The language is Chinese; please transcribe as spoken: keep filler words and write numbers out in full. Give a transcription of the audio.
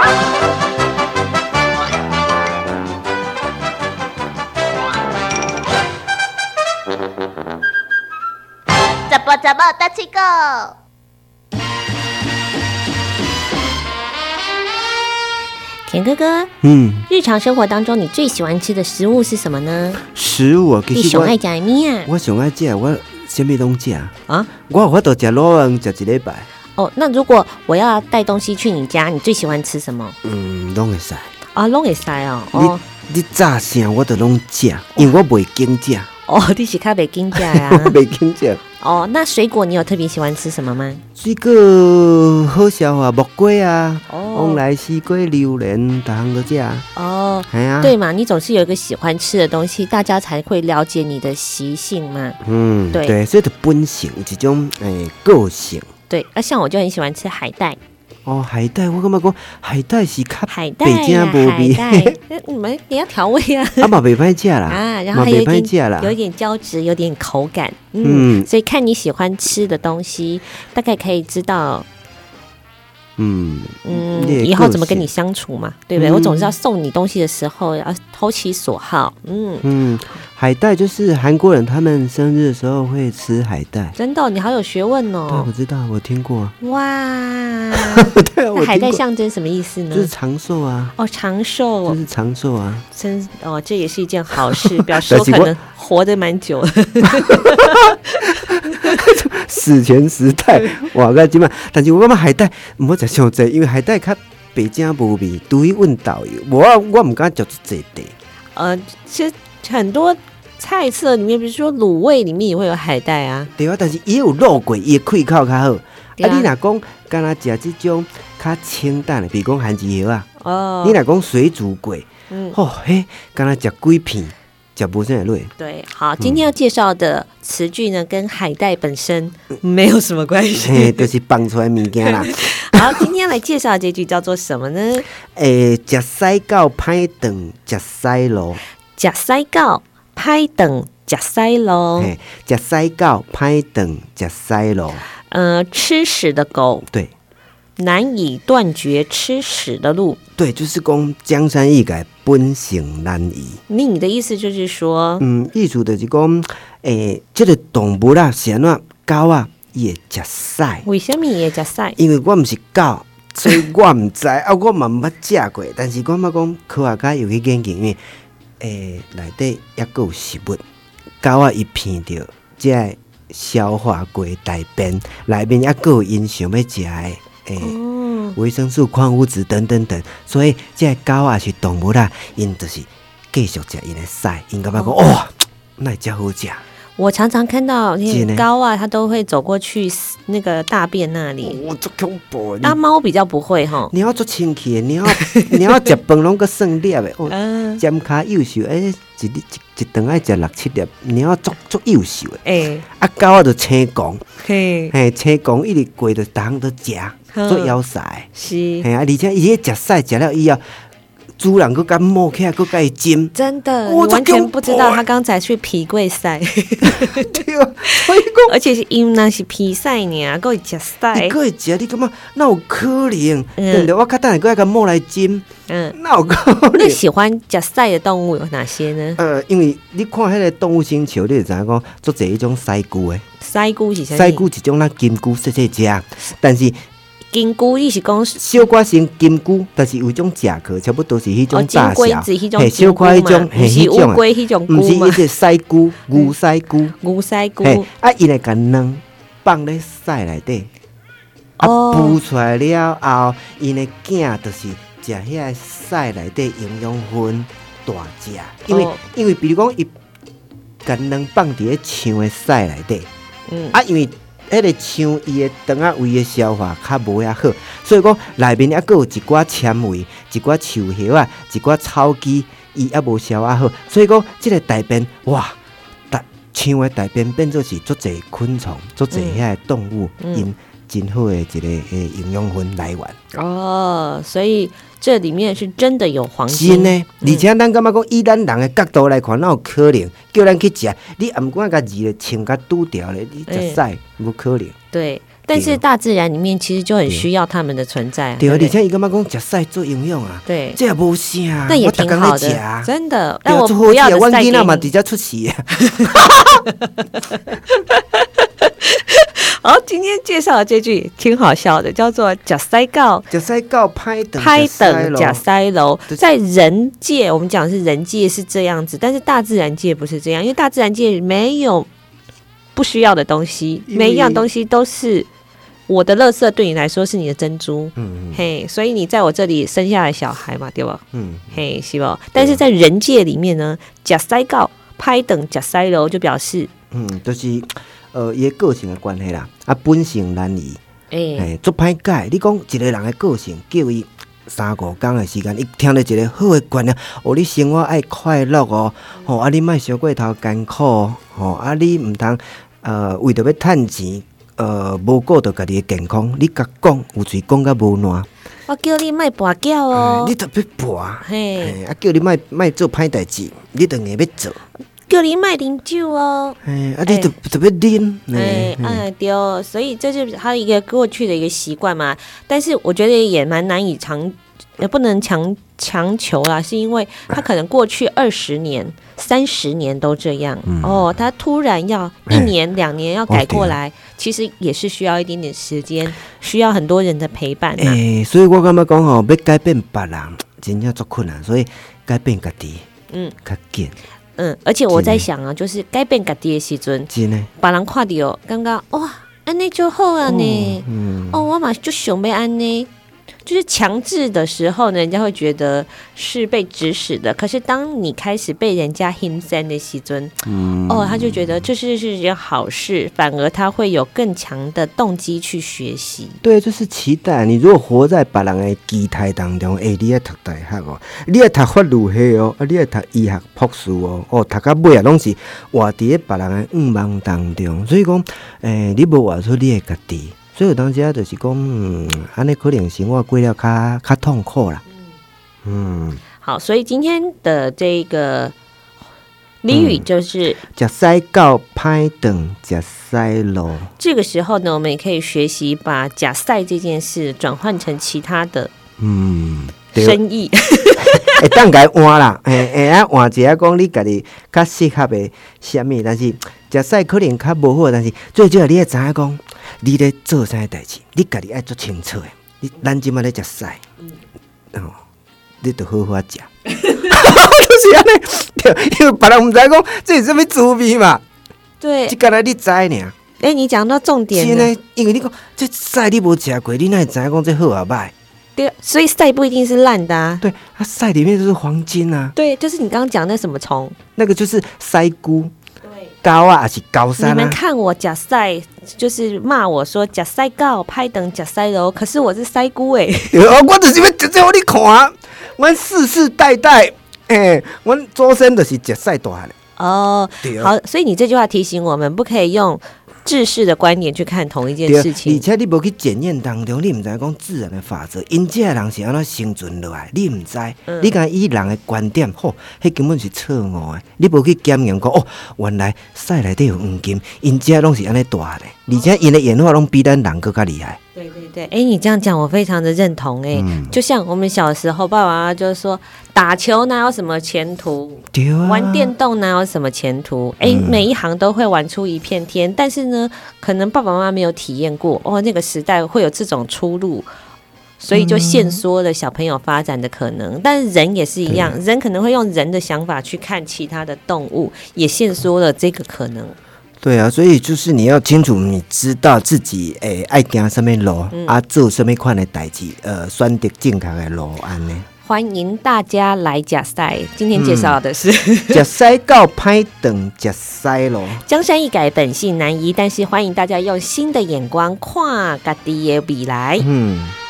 怎么怎么大七狗？ 田哥哥， 嗯， 日常生活当中你最喜欢吃的食物是什么呢？ 食物啊，其实我你上爱食咩啊？ 我上爱食，我什么拢食啊。 我有法度食老丸，食一礼拜。 哦，那如果我要带东西去你家，你最喜欢吃什么？ 嗯，拢会使。 啊，拢会使哦。哦， 你你炸啥我都拢食，因为我袂惊食。 哦，你是较袂惊食呀？ 我袂惊食。 哦，那水果你有特别喜欢吃什么吗？ 水果好消化，木瓜啊， 哦， 往来西瓜、榴莲，逐项都食。 哦， 系啊， 对嘛，你总是有一个喜欢吃的东西，大家才会了解你的习性嘛。 嗯， 对对，所以就本性一种诶个性。 对，啊，像我就很喜欢吃海带。 哦，海带，我感觉讲海带是较海带北京呀， 无味， 海带，那你们也要调味啊。 啊嘛袂歹食啦， 啊，然后还有一嘛袂歹食点啦， 有一点胶质，有点口感，嗯， 嗯所以看你喜欢吃的东西，大概可以知道， 嗯嗯， 你的以后个性怎么跟你相处嘛，对不对？ 嗯我总是要送你东西的时候要投其所好，嗯， 嗯，海带就是韩国人他们生日的时候会吃海带。 真的哦，你好有学问对， 哦我，知道，我听过。 哇， 对啊，我那海带听过象征什么意思呢？ 就是长寿啊， 哦，长寿就，是长寿啊。 真哦，这也是一件好事，表示我但是我可能活得蛮久的。 史前时代，哇个即嘛，但是我感觉海带唔好食伤济，因为海带较北京无味，除非问导游，无我我唔敢食出济地。 呃，其实很多菜色里面，比如说卤味里面也会有海带啊。 对啊，但是也有肉桂，伊的开口较好。 对啊啊，你若讲敢若食即种较清淡的，比如讲番薯叶啊， 哦， 你若讲水煮过， 嗯， 哦嘿，敢若食几片，食无啥会落。 对，好，今天要介绍的词句呢，跟海带本身没有什么关嘿， 系。 就是放出来物件啦。 好，今天来介绍的这句叫做什么呢？ 诶，食西到歹顿，食西路。 假塞告拍等假塞喽。 嘿，食西到歹顿，食西路。 呃，吃屎的狗对难以断绝吃屎的路。 对，就是讲江山易改，本性难移。 你的意思就是说， 嗯，意思就是讲，诶，即、个动物啦，是安怎狗啊，伊会食屎。 为什么也假塞？ 因为我毋是狗，所以我毋知啊，我嘛毋捌食过。但是我嘛讲科学家有去研究，因为诶内底抑佫有食物，狗啊伊闻着即个消化过大便，内面抑佫有因想要食的诶哦， 维生素、矿物质等等等，所以即个狗啊是动物啦，因就是继续食因的屎，因感觉讲哇，那会真好食。 我常常看到那真的个高啊，它都会走过去那个大便那里。 哇，足恐怖的！ 那猫比较不会哈。 猫足清气的，猫猫食饭拢个算粒的，哦， 嗯， 尖骹幼秀，诶、一日一一顿爱食六七粒，猫足足幼秀的。 哎， 啊，狗啊就青公， 嘿， 嘿，青公一直过就逐项都食， 嗯足枵晒。 是， 嘿啊，而且伊迄食屎食了以后，主人佫甲摸起来，佫甲伊浸。 真的， 哇你完这恐全不知道怖他刚才去皮柜赛， 对啊，所以讲。 而且是因那是皮赛呢，够食伊赛。 个会食，你感觉哪有可能？ 嗯对不对？我较等下佫爱甲摸来浸， 嗯， 哪有可那能？ 喜欢食赛的动物有哪些呢？ 呃，因为你看迄个动物星球，你就知影讲，做侪迄种西菇的， 西菇是啥？ 西菇一种咱金菇细细只，但是金菇你是讲小可像金菇，但是有一种甲壳，差不多是迄哦， 种大小， 金龟子迄种嘿， 金菇小可迄种， 嘛， 嘿， 不是迄种的， 乌龟迄种毋是菇嘛迄，个西菇，牛西菇， 乌西菇。 嘿，啊，伊来甲卵放咧屎内底，啊， 哦孵出来了后，因的囝就是食遐个屎内底营养分大只，因为、 哦因为比如讲伊甲卵放伫咧肠的屎内底， 嗯， 啊，因为迄个肠伊的肠仔胃的消化较无遐好，所以讲内面还佫有一寡纤维、一寡树叶啊、一寡草枝，伊还无消化好，所以讲即个大便哇，大肠的大便变做是足侪昆虫、足侪遐个动物， 嗯因真好的一个诶营养分来源。 哦，所以这里面是真的有黄金。 真的，而且咱感觉讲，以咱人的角度来看，哪有可能叫咱去食？你毋管甲字咧穿甲拄掉咧，你食屎无可能。 对， 但是大自然里面其实就很需要他们的存在。 对，而且伊感觉讲食屎做营养啊， 对， 这也无啥， 那也挺好的，真的。让我不要的阮囡仔嘛直接出事。 好，今天介绍的这句挺好笑的，叫做“食屎狗”， 食屎狗拍等拍等食屎楼。在人界，我们讲的是人界是这样子，但是大自然界不是这样，因为大自然界没有不需要的东西，每一样东西都是我的垃圾，对你来说是你的珍珠。嗯，嘿，所以你在我这里生下来小孩嘛，对吧？嗯，嘿，是不？但是在人界里面呢，食屎狗拍等食屎楼就表示， 嗯，就是。呃，伊个性的关系啦，啊，本性难移， 诶、 欸，足歹改。你讲一个人的个性，叫伊三五天的时间，伊听到一个好的观念，哦，你生活爱快乐哦，吼、哦，啊，你莫伤过头艰苦哦，吼、啊，你毋通呃为着要趁钱，呃，无顾到家己的健康，你甲讲有嘴讲甲无烂。 我叫你莫跋筊哦、 欸，你特别跋， 嘿、 欸，啊，叫你莫莫做歹代志，你就硬要做。 叫你卖啉酒哦， 哎，啊，你特特别啉， 哎，哎，对哦，所以这就是他一个过去的一个习惯嘛。但是我觉得也蛮难以长，也不能强强求啦，是因为他可能过去二十年、三十年都这样、嗯、哦，他突然要一年、两年要改过来，其实也是需要一点点时间，需要很多人的陪伴嘛。 哎，所以我感觉讲吼，要改变别人，真正足困难，所以改变家己，嗯，较紧。 嗯，而且我在想啊，就是该变家己的时阵， 真的， 别人看到刚刚哇，安尼就好啊呢、哦嗯，哦，我嘛就想要安尼，就是强制的时候呢，人家会觉得是被指使的。可是当你开始被人家欣赏的时阵，嗯，哦，他就觉得这是是一件好事，反而他会有更强的动机去学习。 对，就是期待你如果活在别人的期待当中，哎，你要读大学哦，你要读法律系哦，啊，你要读医学博士哦，哦，读到尾啊，拢是活伫咧别人的愿望当中。所以讲，诶、欸，你无活出你的家己。所以有当时啊，就是讲，嗯，安尼可能生活过了较较痛苦啦。嗯，嗯好，所以今天的这个俚语就是 “食屎狗歹顿食屎路”。 这个时候呢，我们也可以学习把“食屎”这件事转换成其他的嗯生意。 会当甲伊换啦，诶诶啊换一下讲你家己较适合的啥物，但是食屎可能较无好，但是最少你要知影讲，你咧做啥代志，你家己爱做清楚的。你咱即摆咧食屎，哦，你着好好食，就是安尼，因为别人毋知讲这是啥物滋味嘛。 对， 即干那你知尔。 哎、欸，你讲到重点了， 真的，因为你讲这屎你无食过，你哪会知影讲这好啊歹？ 对，所以屎不一定是烂的啊。 对，它屎里面就是黄金啊。 对，就是你刚刚讲那什么虫， 那个就是屎菇。对，高啊还是高山啊？ 你们看我假屎，就是骂我说假屎高拍等假屎楼，可是我是屎菇哎。 我就是要直接互你看，我世世代代，哎、欸，我祖先就是食屎大的。 哦，好，所以你这句话提醒我们，不可以用制式的观点去看同一件事情， 而且你无去检验当中，你唔知讲自然的法则，因这人是安怎生存落来，你唔知，嗯、你敢以人的观点，吼，迄根本是错误的。你无去检验讲，哦，原来屎内底有黄金，因这拢是安尼大的，而且因的演化拢比咱人更加厉害。 对对对，哎、欸，你这样讲我非常的认同、欸，哎、嗯，就像我们小时候，爸爸妈妈就说，打球哪有什么前途， 对啊， 玩电动哪有什么前途，哎、欸嗯，每一行都会玩出一片天，但是呢，可能爸爸妈妈没有体验过，哦，那个时代会有这种出路，所以就限缩了小朋友发展的可能。嗯、但是人也是一样，人可能会用人的想法去看其他的动物，也限缩了这个可能。 对啊，所以就是你要清楚，你知道自己诶爱行什么路、嗯、啊，做什么款的代志，呃，选择正确的路安呢。 欢迎大家来食屎。今天介绍的是食屎到歹顿食屎路。 江山易改，本性难移，但是欢迎大家用新的眼光看家己的未来。嗯。